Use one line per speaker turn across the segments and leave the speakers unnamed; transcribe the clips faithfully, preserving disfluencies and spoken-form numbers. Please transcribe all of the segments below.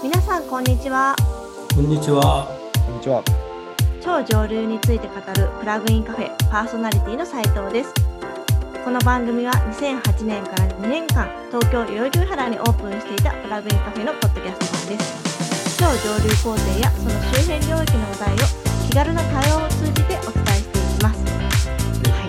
皆さんこんにちは。
こんにちは。
こんにちは。
超上流について語るプラグインカフェパーソナリティの斉藤です。この番組はにせんはちねんからにねんかん東京代々木上原にオープンしていたプラグインカフェのポッドキャストなんです。超上流工程やその周辺領域の話題を気軽な対話を通じてお伝えしていきます。はい、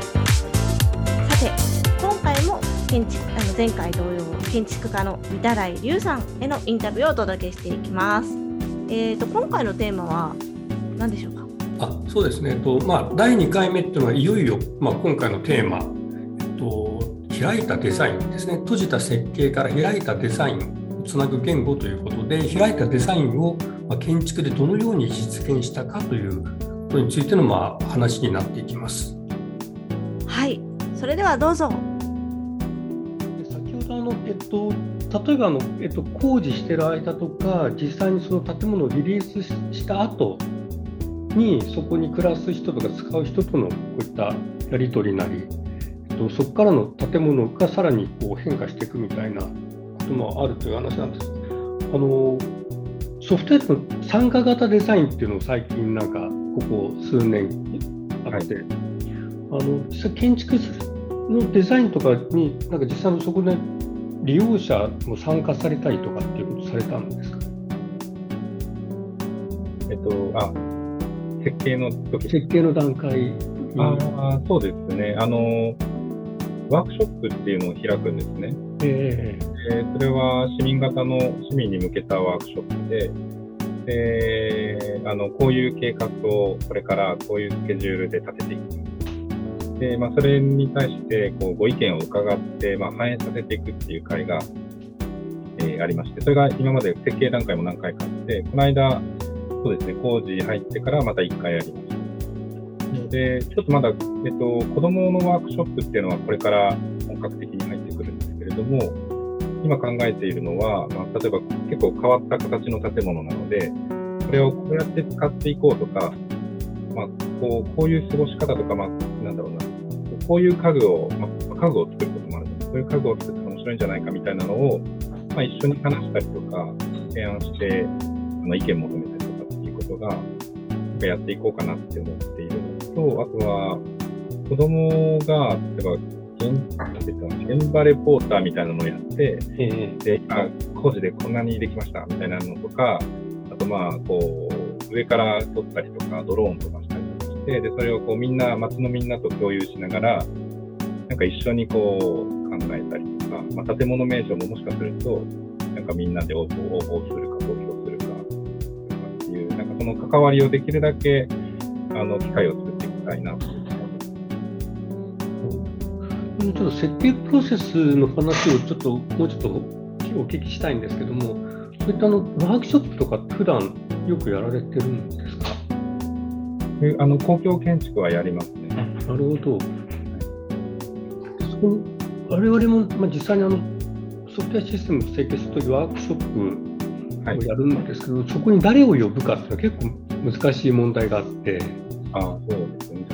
さて今回も建築あの前回同様建築家の御手洗龍さんへのインタビューをお届けしていきます。えー、と今回のテーマは何でしょうか。
あそうですね、えっとまあ、だいにかいめっていうのはいよいよ、まあ、今回のテーマ、えっと、開いたデザインですね。閉じた設計から開いたデザインをつなぐ言語ということで、開いたデザインを、まあ、建築でどのように実現したかということについての、まあ、話になっていきます。
はい、それではどうぞ。
先ほどあの、えっと、例えばあの、えっと、工事している間とか、実際にその建物をリリースした後に、そこに暮らす人とか使う人とのこういったやり取りなり、えっと、そこからの建物がさらにこう変化していくみたいなこともあるという話なんです。あのソフトウェアの参加型デザインっていうのを最近なんかここ数年あって、はい、あの実際建築のデザインとかになんか実際のそこで利用者も参加されたりとかっていうことされたんですか。
えっとあ設計の時
設計の段階。
あそうですね。あのワークショップっていうのを開くんですね。
え
ー、でそれは市民型の市民に向けたワークショップで、であのこういう計画をこれからこういうスケジュールで立てていく。でまあ、それに対してこうご意見を伺って、まあ、反映させていくっていう会が、えー、ありまして、それが今まで設計段階も何回かあって、この間そうですね、工事入ってからまたいっかいありました。で、ちょっとまだ、えっと、子どものワークショップっていうのはこれから本格的に入ってくるんですけれども、今考えているのは、まあ、例えば結構変わった形の建物なので、これをこうやって使っていこうとか、まあ、こう、こういう過ごし方とか、まあ、なんだろうな、こういう家具を、まあ、家具を作ることもあるので、そういう家具を作って面白いんじゃないかみたいなのを、まあ、一緒に話したりとか、提案して、あの意見求めたりとかっていうことが、やっていこうかなって思っているのと、あとは、子供が、例えば、現, 現場レポーターみたいなのをやって、えー、で、今、工事でこんなにできましたみたいなのとか、あと、まあ、こう、上から撮ったりとか、ドローンとかしたりとかして、で、それをこう、みんな、街のみんなと共有しながら、なんか一緒にこう、考えたりとか、まあ、建物名称ももしかすると、なんかみんなで応募、応募するか、投票するか、っていう、なんかその関わりをできるだけ、あの、機会を作っていきたいなと。
ちょっと設計プロセスの話をちょっともうちょっとお聞きしたいんですけども、そういったあのワークショップとかって普段よくやられてるんですか。
あの公共建築はやりますね。
なるほど。そこ我々も、まあ、実際にあのソフトウェアシステムを設計するというワークショップをやるんですけど、はい、そこに誰を呼ぶかっていうのは結構難しい問題があって。
ああ、そうですね。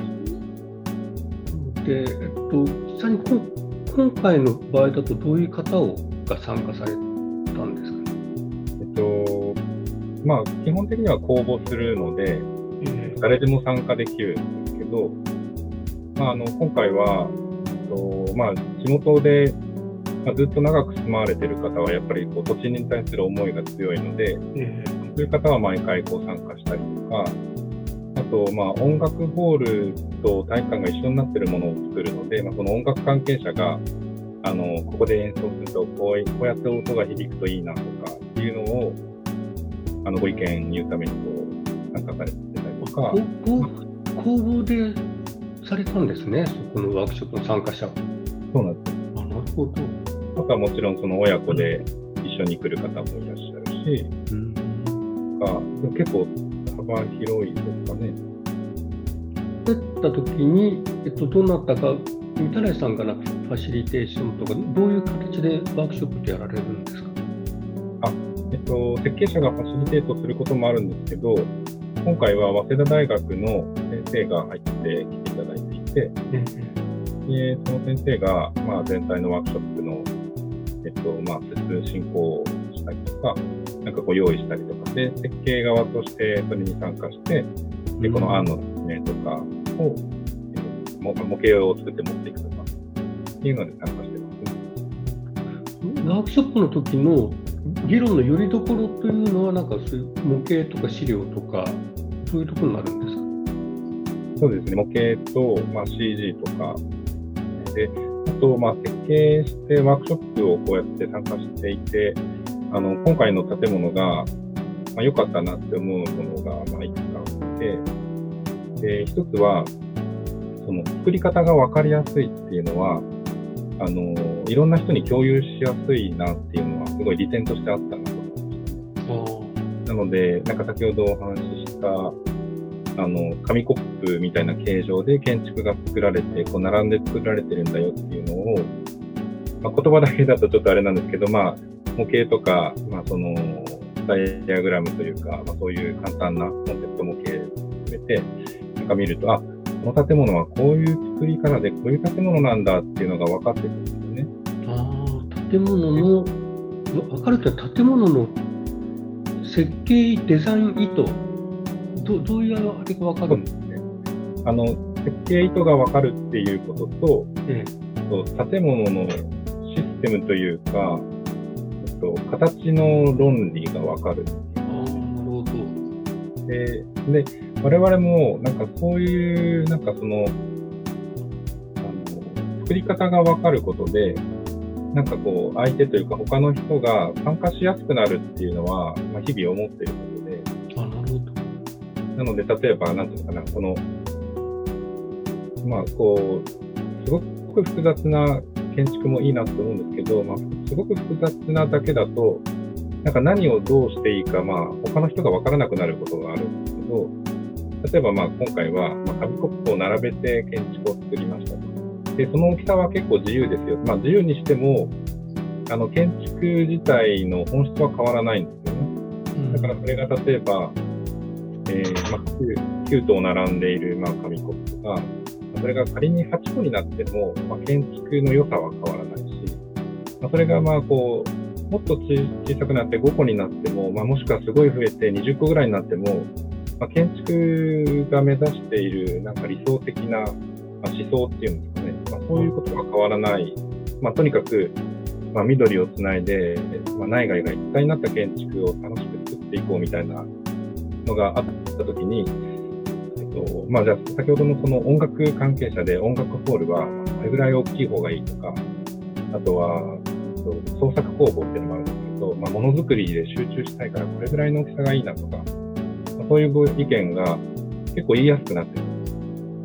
で、えっと、実際に今回の場合だとどういう方をが参加されたんですかね。
えっと、まあ、基本的には公募するので、えー、誰でも参加できるんですけど、まあ、あの今回は、えっとまあ、地元で、まあ、ずっと長く住まわれている方はやっぱりこう土地に対する思いが強いので、えー、そういう方は毎回こう参加したりとか、あと、まあ、音楽ホールと体育館が一緒になっているものを作るので、まあ、その音楽関係者があのここで演奏するとこう、こうやって音が響くといいなとかっていうのをあのご意見言うためにこう参加されてたりとか。
公募でされたんですね、そこのワークショップの参加者。
そうなんです。
あ、なるほど。
あとはもちろんその親子で一緒に来る方もいらっしゃるし、うん、か結構幅広いですかね。
そういった時に、えっと、どうなったか、御手洗さんからファシリテーションとか、どういう形でワークショップってやられるんですか。
あ、えっと、設計者がファシリテートすることもあるんですけど、今回は早稲田大学の先生が入ってきていただいていて、でその先生が、まあ、全体のワークショップの、えっとまあ、進行をしたりとか、なんかこう用意したりとかで、設計側としてそれに参加して、でこの案の説明とかを、えー、も模型を作って持っていくとかっていうので参加してますね。
ワークショップの時の議論のよりどころというのは、なんかそういう模型とか資料とか、そういうところになるんですか？
そうですね、模型と、まあ、シージー とかで、あと、まあ、設計してワークショップをこうやって参加していて、あの今回の建物がまあ、良かったなって思うものが、まあ、いくつかあって、で一つはその作り方が分かりやすいっていうのは、あのいろんな人に共有しやすいなっていうのはすごい利点としてあったなと思いました。なので、なんか先ほどお話ししたあの紙コップみたいな形状で建築が作られて、こう並んで作られてるんだよっていうのを、まあ、言葉だけだとちょっとあれなんですけど、まあ、模型とか、まあ、そのダイアグラムというか、まあ、そういう簡単なコンセプト模型を含めて、なんか見ると、あ、この建物はこういう作り方でこういう建物なんだっていうのが分かってくるんですよね。
ああ、建物の分かると建物の設計デザイン意図、ど, どういうあれが分かるんですかね。
あの設計意図が分かるっていうことと、
え
え、建物のシステムというか、形の論理が分かる。
ああ、なるほど。
で、で我々もなんかそういうなんかその、あの作り方が分かることで、なんかこう相手というか他の人が参加しやすくなるっていうのは、まあ、日々思っていることで。
あ、なるほど。
なので例えばなんていうのかな、このまあこうすごく複雑な建築もいいなと思うんですけど、まあ、すごく複雑なだけだと、なんか何をどうしていいか、まあ、他の人が分からなくなることがあるんですけど、例えばまあ今回は、まあ、紙コップを並べて建築を作りましたと。で、その大きさは結構自由ですよ。まあ、自由にしても、あの建築自体の本質は変わらないんですよね。だからそれが例えば、えーまあ、きゅうとう並んでいる、まあ、紙コップが、それが仮にはちこになっても、まあ、建築の良さは変わらないし、まあ、それがまあこうもっと小さくなってごこになっても、まあ、もしくはすごい増えてにじゅっこぐらいになっても、まあ、建築が目指しているなんか理想的な、まあ、思想っていうんですかね、まあ、そういうことが変わらない、まあ、とにかく、まあ、緑をつないで、まあ、内外が一体になった建築を楽しく作っていこうみたいなのがあったときに、まあ、じゃあ先ほどのその音楽関係者で音楽ホールはこれぐらい大きい方がいいとか、あとは創作工房っていうのもあるんですけど、まあ、ものづくりで集中したいからこれぐらいの大きさがいいなとか、まあ、そういう意見が結構言いやすくなってるんです。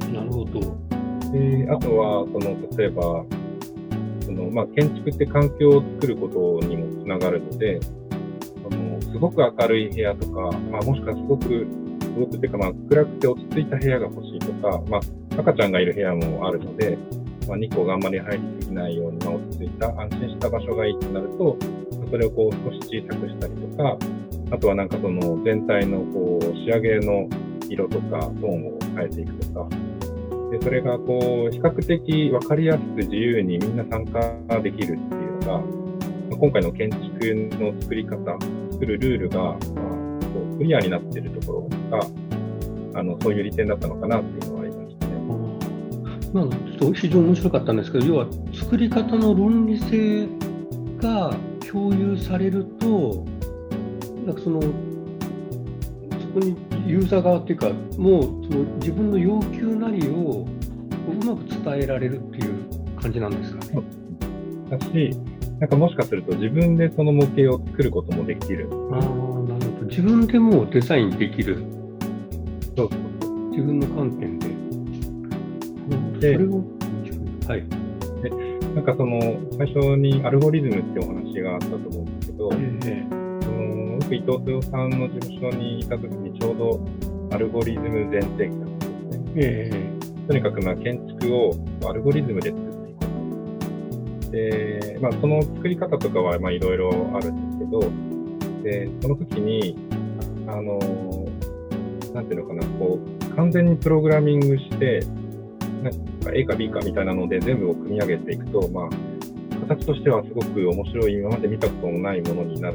なるほど。
で、あとはその例えばその、まあ、建築って環境を作ることにもつながるので、あのすごく明るい部屋とか、まあ、もしくはすごくすごくてか、まあ、暗くて落ち着いた部屋が欲しいとか、まあ、赤ちゃんがいる部屋もあるので、まあ、日光があんまり入りすぎないように、まあ、落ち着いた安心した場所がいいとなると、それをこう少し小さくしたりとか、あとはなんかその全体のこう仕上げの色とかトーンを変えていくとか、でそれがこう比較的分かりやすく自由にみんな参加できるっていうのが、まあ、今回の建築の作り方、作るルールが、まあクリアになっているところが、あのそういう利点だったのかなっていうのはありましたね。
まあ、ちょっと非常に面白かったんですけど、要は作り方の論理性が共有されると、なんかそのそこにユーザー側っていうか、もうその自分の要求なりをうまく伝えられるっていう感じなんですかね。
だし、なんかもしかすると自分でその模型を作ることもできる。
あ、自分でもデザインできる。
そうそうそう。
自分の観点で。
で、
それを、はい。
で、なんかその最初にアルゴリズムってお話があったと思うんですけど、えー、その僕伊藤豊さんの事務所にいた時にちょうどアルゴリズム前提期だったんですね。えー、とにかくまあ建築をアルゴリズムで作っていこうと。で、まあその作り方とかはまあいろいろあるんですけど。でその時に、あのー、なんていうのかな、こう完全にプログラミングして、なんか A か B かみたいなので全部を組み上げていくと、まあ、形としてはすごく面白い、今まで見たことのないものになるんですけ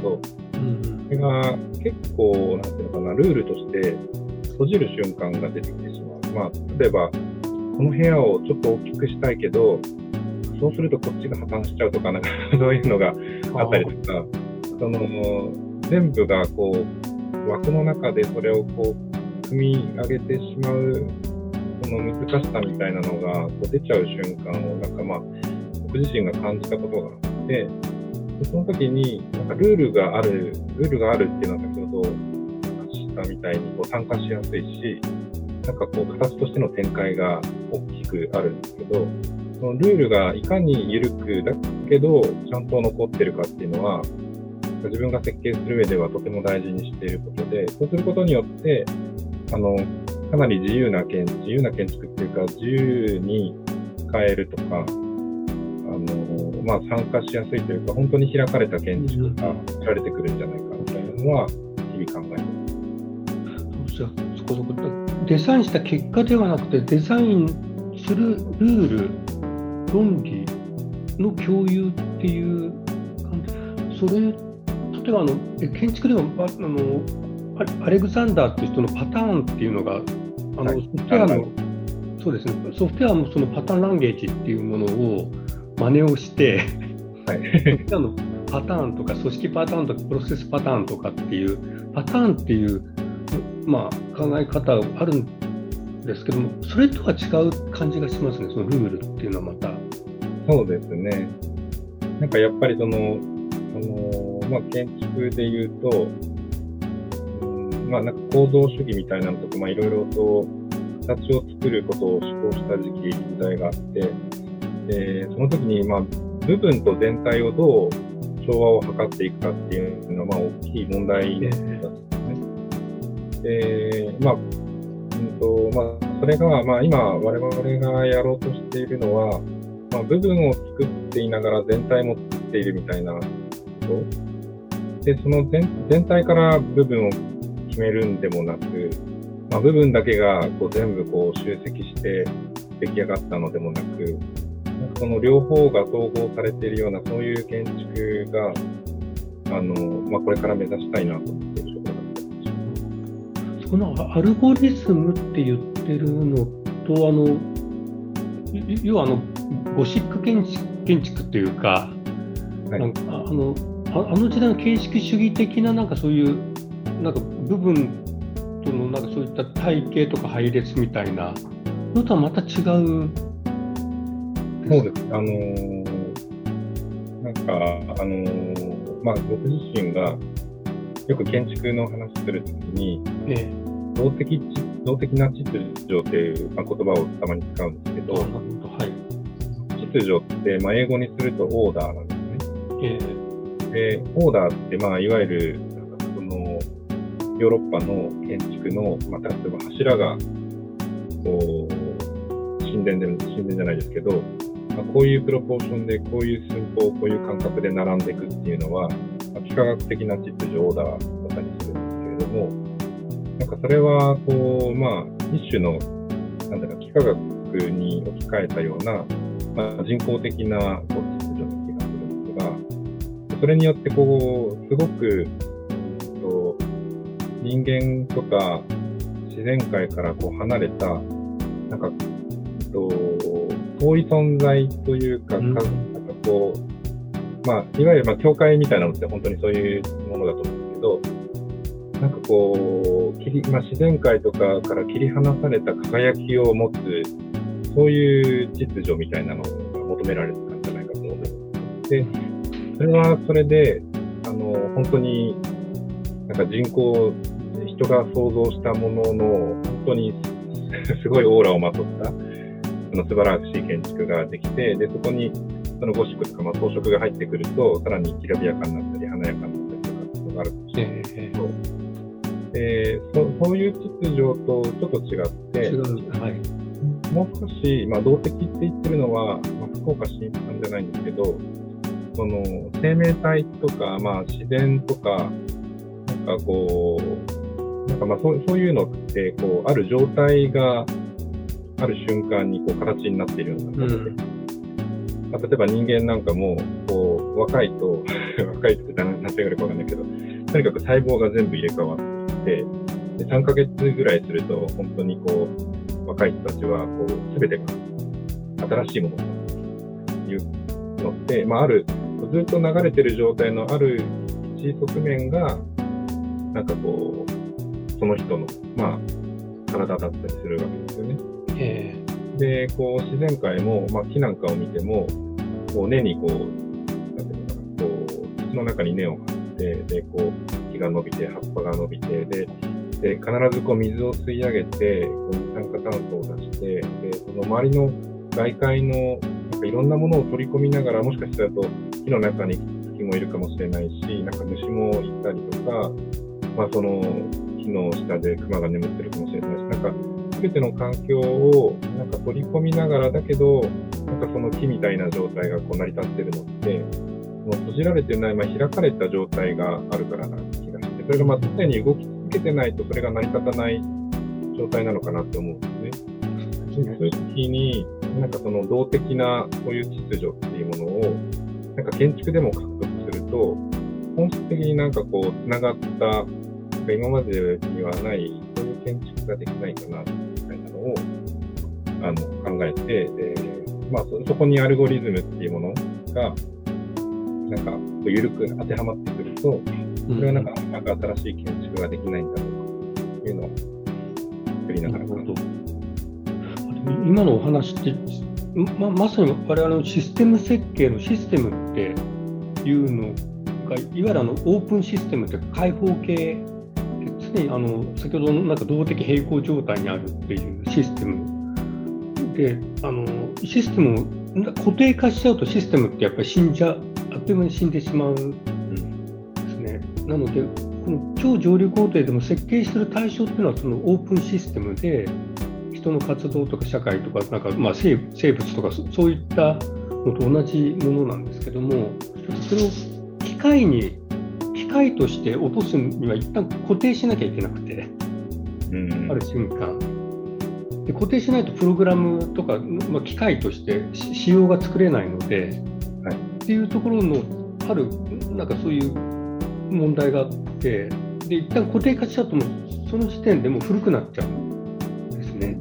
ど、
うん、
それが結構、なんていうのかな、ルールとして閉じる瞬間が出てきてしまう。まあ、例えば、この部屋をちょっと大きくしたいけど、そうするとこっちが破綻しちゃうとか、なんかそういうのがあったりとか、その全部がこう枠の中でそれをこう組み上げてしまうその難しさみたいなのがこう出ちゃう瞬間をなんかまあ僕自身が感じたことがあって、でその時になんかルールがあるルールがあるっていうのは先ほど話したみたいにこう参加しやすいし、なんかこう形としての展開が大きくあるんですけど、そのルールがいかに緩くだけどちゃんと残ってるかっていうのは自分が設計する上ではとても大事にしていることで、そうすることによってあのかなり自由な建自由な建築っていうか自由に使えるとか、あの、まあ、参加しやすいというか本当に開かれた建築が作られてくるんじゃないかみたいなのは日々考えてます。
じゃあそこそこデザインした結果ではなくてデザインするルール論理の共有っていう感じ。それ例えばあの建築ではあのアレグザンダーっていう人のパターンっていうのがあの、はい、ソフトウェアの、そうですね、ソフトウェアもそのパターンランゲージっていうものを真似をして、はい、ソフトウェアのパターンとか組織パターンとかプロセスパターンとかっていうパターンっていう、まあ、考え方があるんですけども、それとは違う感じがしますね、そのルールっていうのはまた。
そうですね。なんかやっぱりその、あのまあ、建築でいうと、うんまあ、なんか構造主義みたいなのとか、まあ、いろいろと形を作ることを志向した時期、時代があって、でその時に、まあ、部分と全体をどう調和を図っていくかっていうのは、まあ、大きい問題だったんですね。でまあうんとまあ、それが、まあ、今我々がやろうとしているのは、まあ、部分を作っていながら全体も作っているみたいなことで、その 全, 全体から部分を決めるんでもなく、まあ、部分だけがこう全部こう集積して出来上がったのでもなく、なんかその両方が統合されているようなそういう建築があの、まあ、これから目指したいなと思っているところだったりします。
そのアルゴリズムって言ってるのと、あの要はあのゴシック建築、建築っていうか、はい、なんかあのあの時代の形式主義的ななんかそういうなんか部分とのなんかそういった体系とか配列みたいなのとはまた違う。
そうです。あのー、なんかあのー、まあ僕自身がよく建築の話するときに、ええ、動的動的な秩序っていう、まあ、言葉をたまに使うんですけど、はい、秩序って、まあ、英語にするとオーダーなんですね。えー、でオーダーって、まあ、いわゆるそのヨーロッパの建築の、まあ、例えば柱がこう神殿で神殿じゃないですけど、まあ、こういうプロポーションでこういう寸法こういう感覚で並んでいくっていうのは、まあ、幾何学的な秩序オーダーだったりするんですけれども、なんかそれはこう、まあ、一種のなんだか幾何学に置き換えたような、まあ、人工的なこう秩序の気がするんですが、それによってこうすごくと人間とか自然界からこう離れたなんかと遠い存在というか、うん、なんかこう、まあ、いわゆるまあ教会みたいなのって本当にそういうものだと思うんですけど、なんかこう切り、まあ、自然界とかから切り離された輝きを持つそういう秩序みたいなのが求められてたんじゃないかと思うんです。で、それはそれであの本当になんか人工人が想像したものの本当にすごいオーラをまとったその素晴らしい建築ができて、でそこにそのゴシックとか、まあ、装飾が入ってくるとさらにきらびやかになったり華やかになったりとかっていうのがあるかもしれないんですけど、えー、そ, そういう秩序とちょっと違って、違う、はい、もう少し、まあ、動的って言ってるのは、まあ、福岡新一さんじゃないんですけど、その生命体とか、まあ、自然とかなんかこうなんかまあ そ, そういうのってこうある状態がある瞬間にこう形になっているような形で、うんまあ、例えば人間なんかもこう若いと若いって何歳ぐらいかわかんないけど、とにかく細胞が全部入れ替わってでさんかげつぐらいすると本当にこう若い人たちはこう全てが新しいものだというのって、まあ、あるずっと流れてる状態のある一側面がなんかこうその人の、まあ、体だったりするわけですよね。
え
ー、でこう自然界も、まあ、木なんかを見てもこう根にこうなんていうのかな、こう土の中に根を張ってでこう木が伸びて葉っぱが伸びてでで必ずこう水を吸い上げてこう二酸化炭素を出してでその周りの外界のなんかいろんなものを取り込みながらもしかしたらと木の中に月もいるかもしれないしなんか虫もいたりとか、まあ、その木の下でクマが眠ってるかもしれないしなんか全ての環境をなんか取り込みながらだけどなんかその木みたいな状態がこう成り立ってるのってもう閉じられてない、まあ、開かれた状態があるからな気がしてそれがまあ常に動き続けてないとそれが成り立たない状態なのかなって思うんですね。そういう時になんかその動的なこういう秩序っていうものをなんか建築でも獲得すると本質的になんかこうつながった今までにはないそういう建築ができないかなみたいなのをあの考えて、でまあ、そ, そこにアルゴリズムっていうものがなんか緩く当てはまってくるとそれはなんか、なんか新しい建築ができないんだろうかというのを作りながら考えて
今のお話って ま, まさに我々のシステム設計のシステムっていうのがいわゆるあのオープンシステムって開放系常にあの先ほどのなんか動的平衡状態にあるっていうシステムであのシステムを固定化しちゃうとシステムってやっぱり死んじゃあっという間に死んでしまうんですね。なのでこの超上流工程でも設計する対象っていうのはそのオープンシステムで人の活動とか社会とか、なんかまあ 生, 生物とかそういったのと同じものなんですけども、それを機械に機械として落とすには一旦固定しなきゃいけなくて、うん、ある瞬間で固定しないとプログラムとか、まあ、機械として仕様が作れないので、はい、っていうところのあるなんかそういう問題があって、で一旦固定化しちゃうともうその時点でもう古くなっちゃうんですね。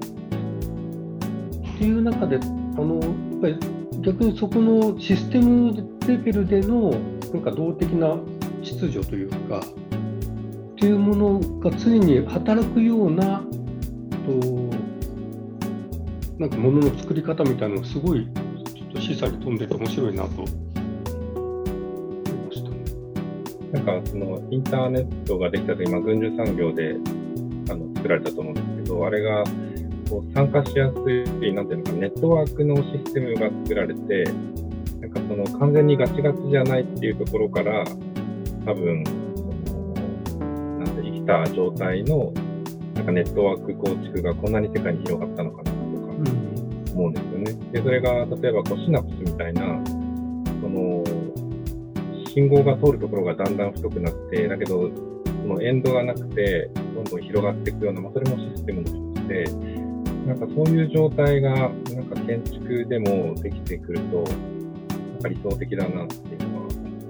っていう中であのやっぱり逆にそこのシステムレベルでのなんか動的な秩序というかっていうものが常に働くようなとなんかものの作り方みたいなのがすごいちょっと示唆に飛んでて面白いなと思いましたね。
なんかそのインターネットができた時、今軍需産業であの作られたと思うんですけど、あれがこう参加しやすいなんていうのかネットワークのシステムが作られて、なんかその完全にガチガチじゃないっていうところから多分そのなんて生きた状態のなんかネットワーク構築がこんなに世界に広がったのかなとか思うんですよね。でそれが例えばこうシナプスみたいなその信号が通るところがだんだん太くなって、だけどそのエンドがなくてどんどん広がっていくような、まあ、それもシステムの一つで、なんかそういう状態がなんか建築でもできてくるとなんか理想的だなっていうの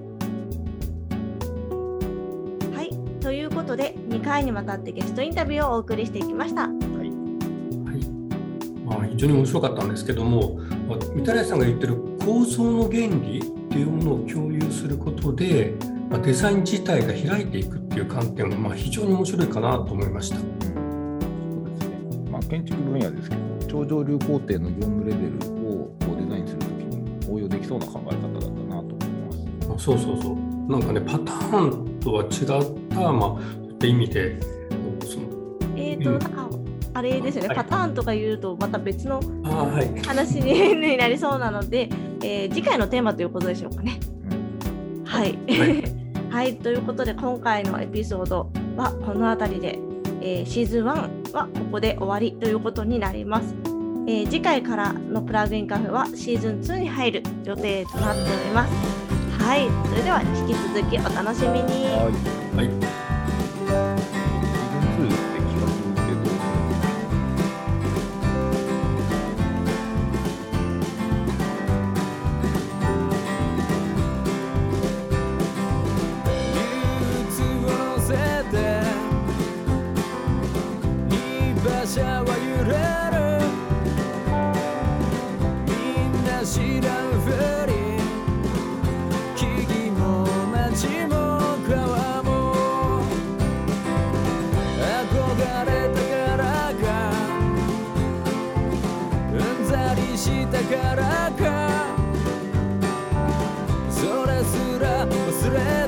は。
はい、ということでにかいにわたってゲストインタビューをお送りしていきました。はい、
はいまあ、非常に面白かったんですけども、御手洗さんが言ってる構造の原理っていうものを共有することで、まあ、デザイン自体が開いていくっていう観点はまあ非常に面白いかなと思いました。
建築分野ですけど、超上流工程の業務レベルをデザインするときに応用できそうな考え方だったなと思います。
そうそうそう。なんかね、パターンとは違った、まあ、そういった意味で、その
えーと、うん、なんかあれですよね、はい、パターンとか言うとまた別の話 に,、はい、なりそうなので、えー、次回のテーマということでしょうかね。うん、はい、はいはい、ということで今回のエピソードはこのあたりで、えー、シーズンワンはここで終わりということになります。えー、次回からのプラグインカフェはシーズンツーに入る予定となっております。はい、それでは引き続きお楽しみに。
はい。はい
忘れ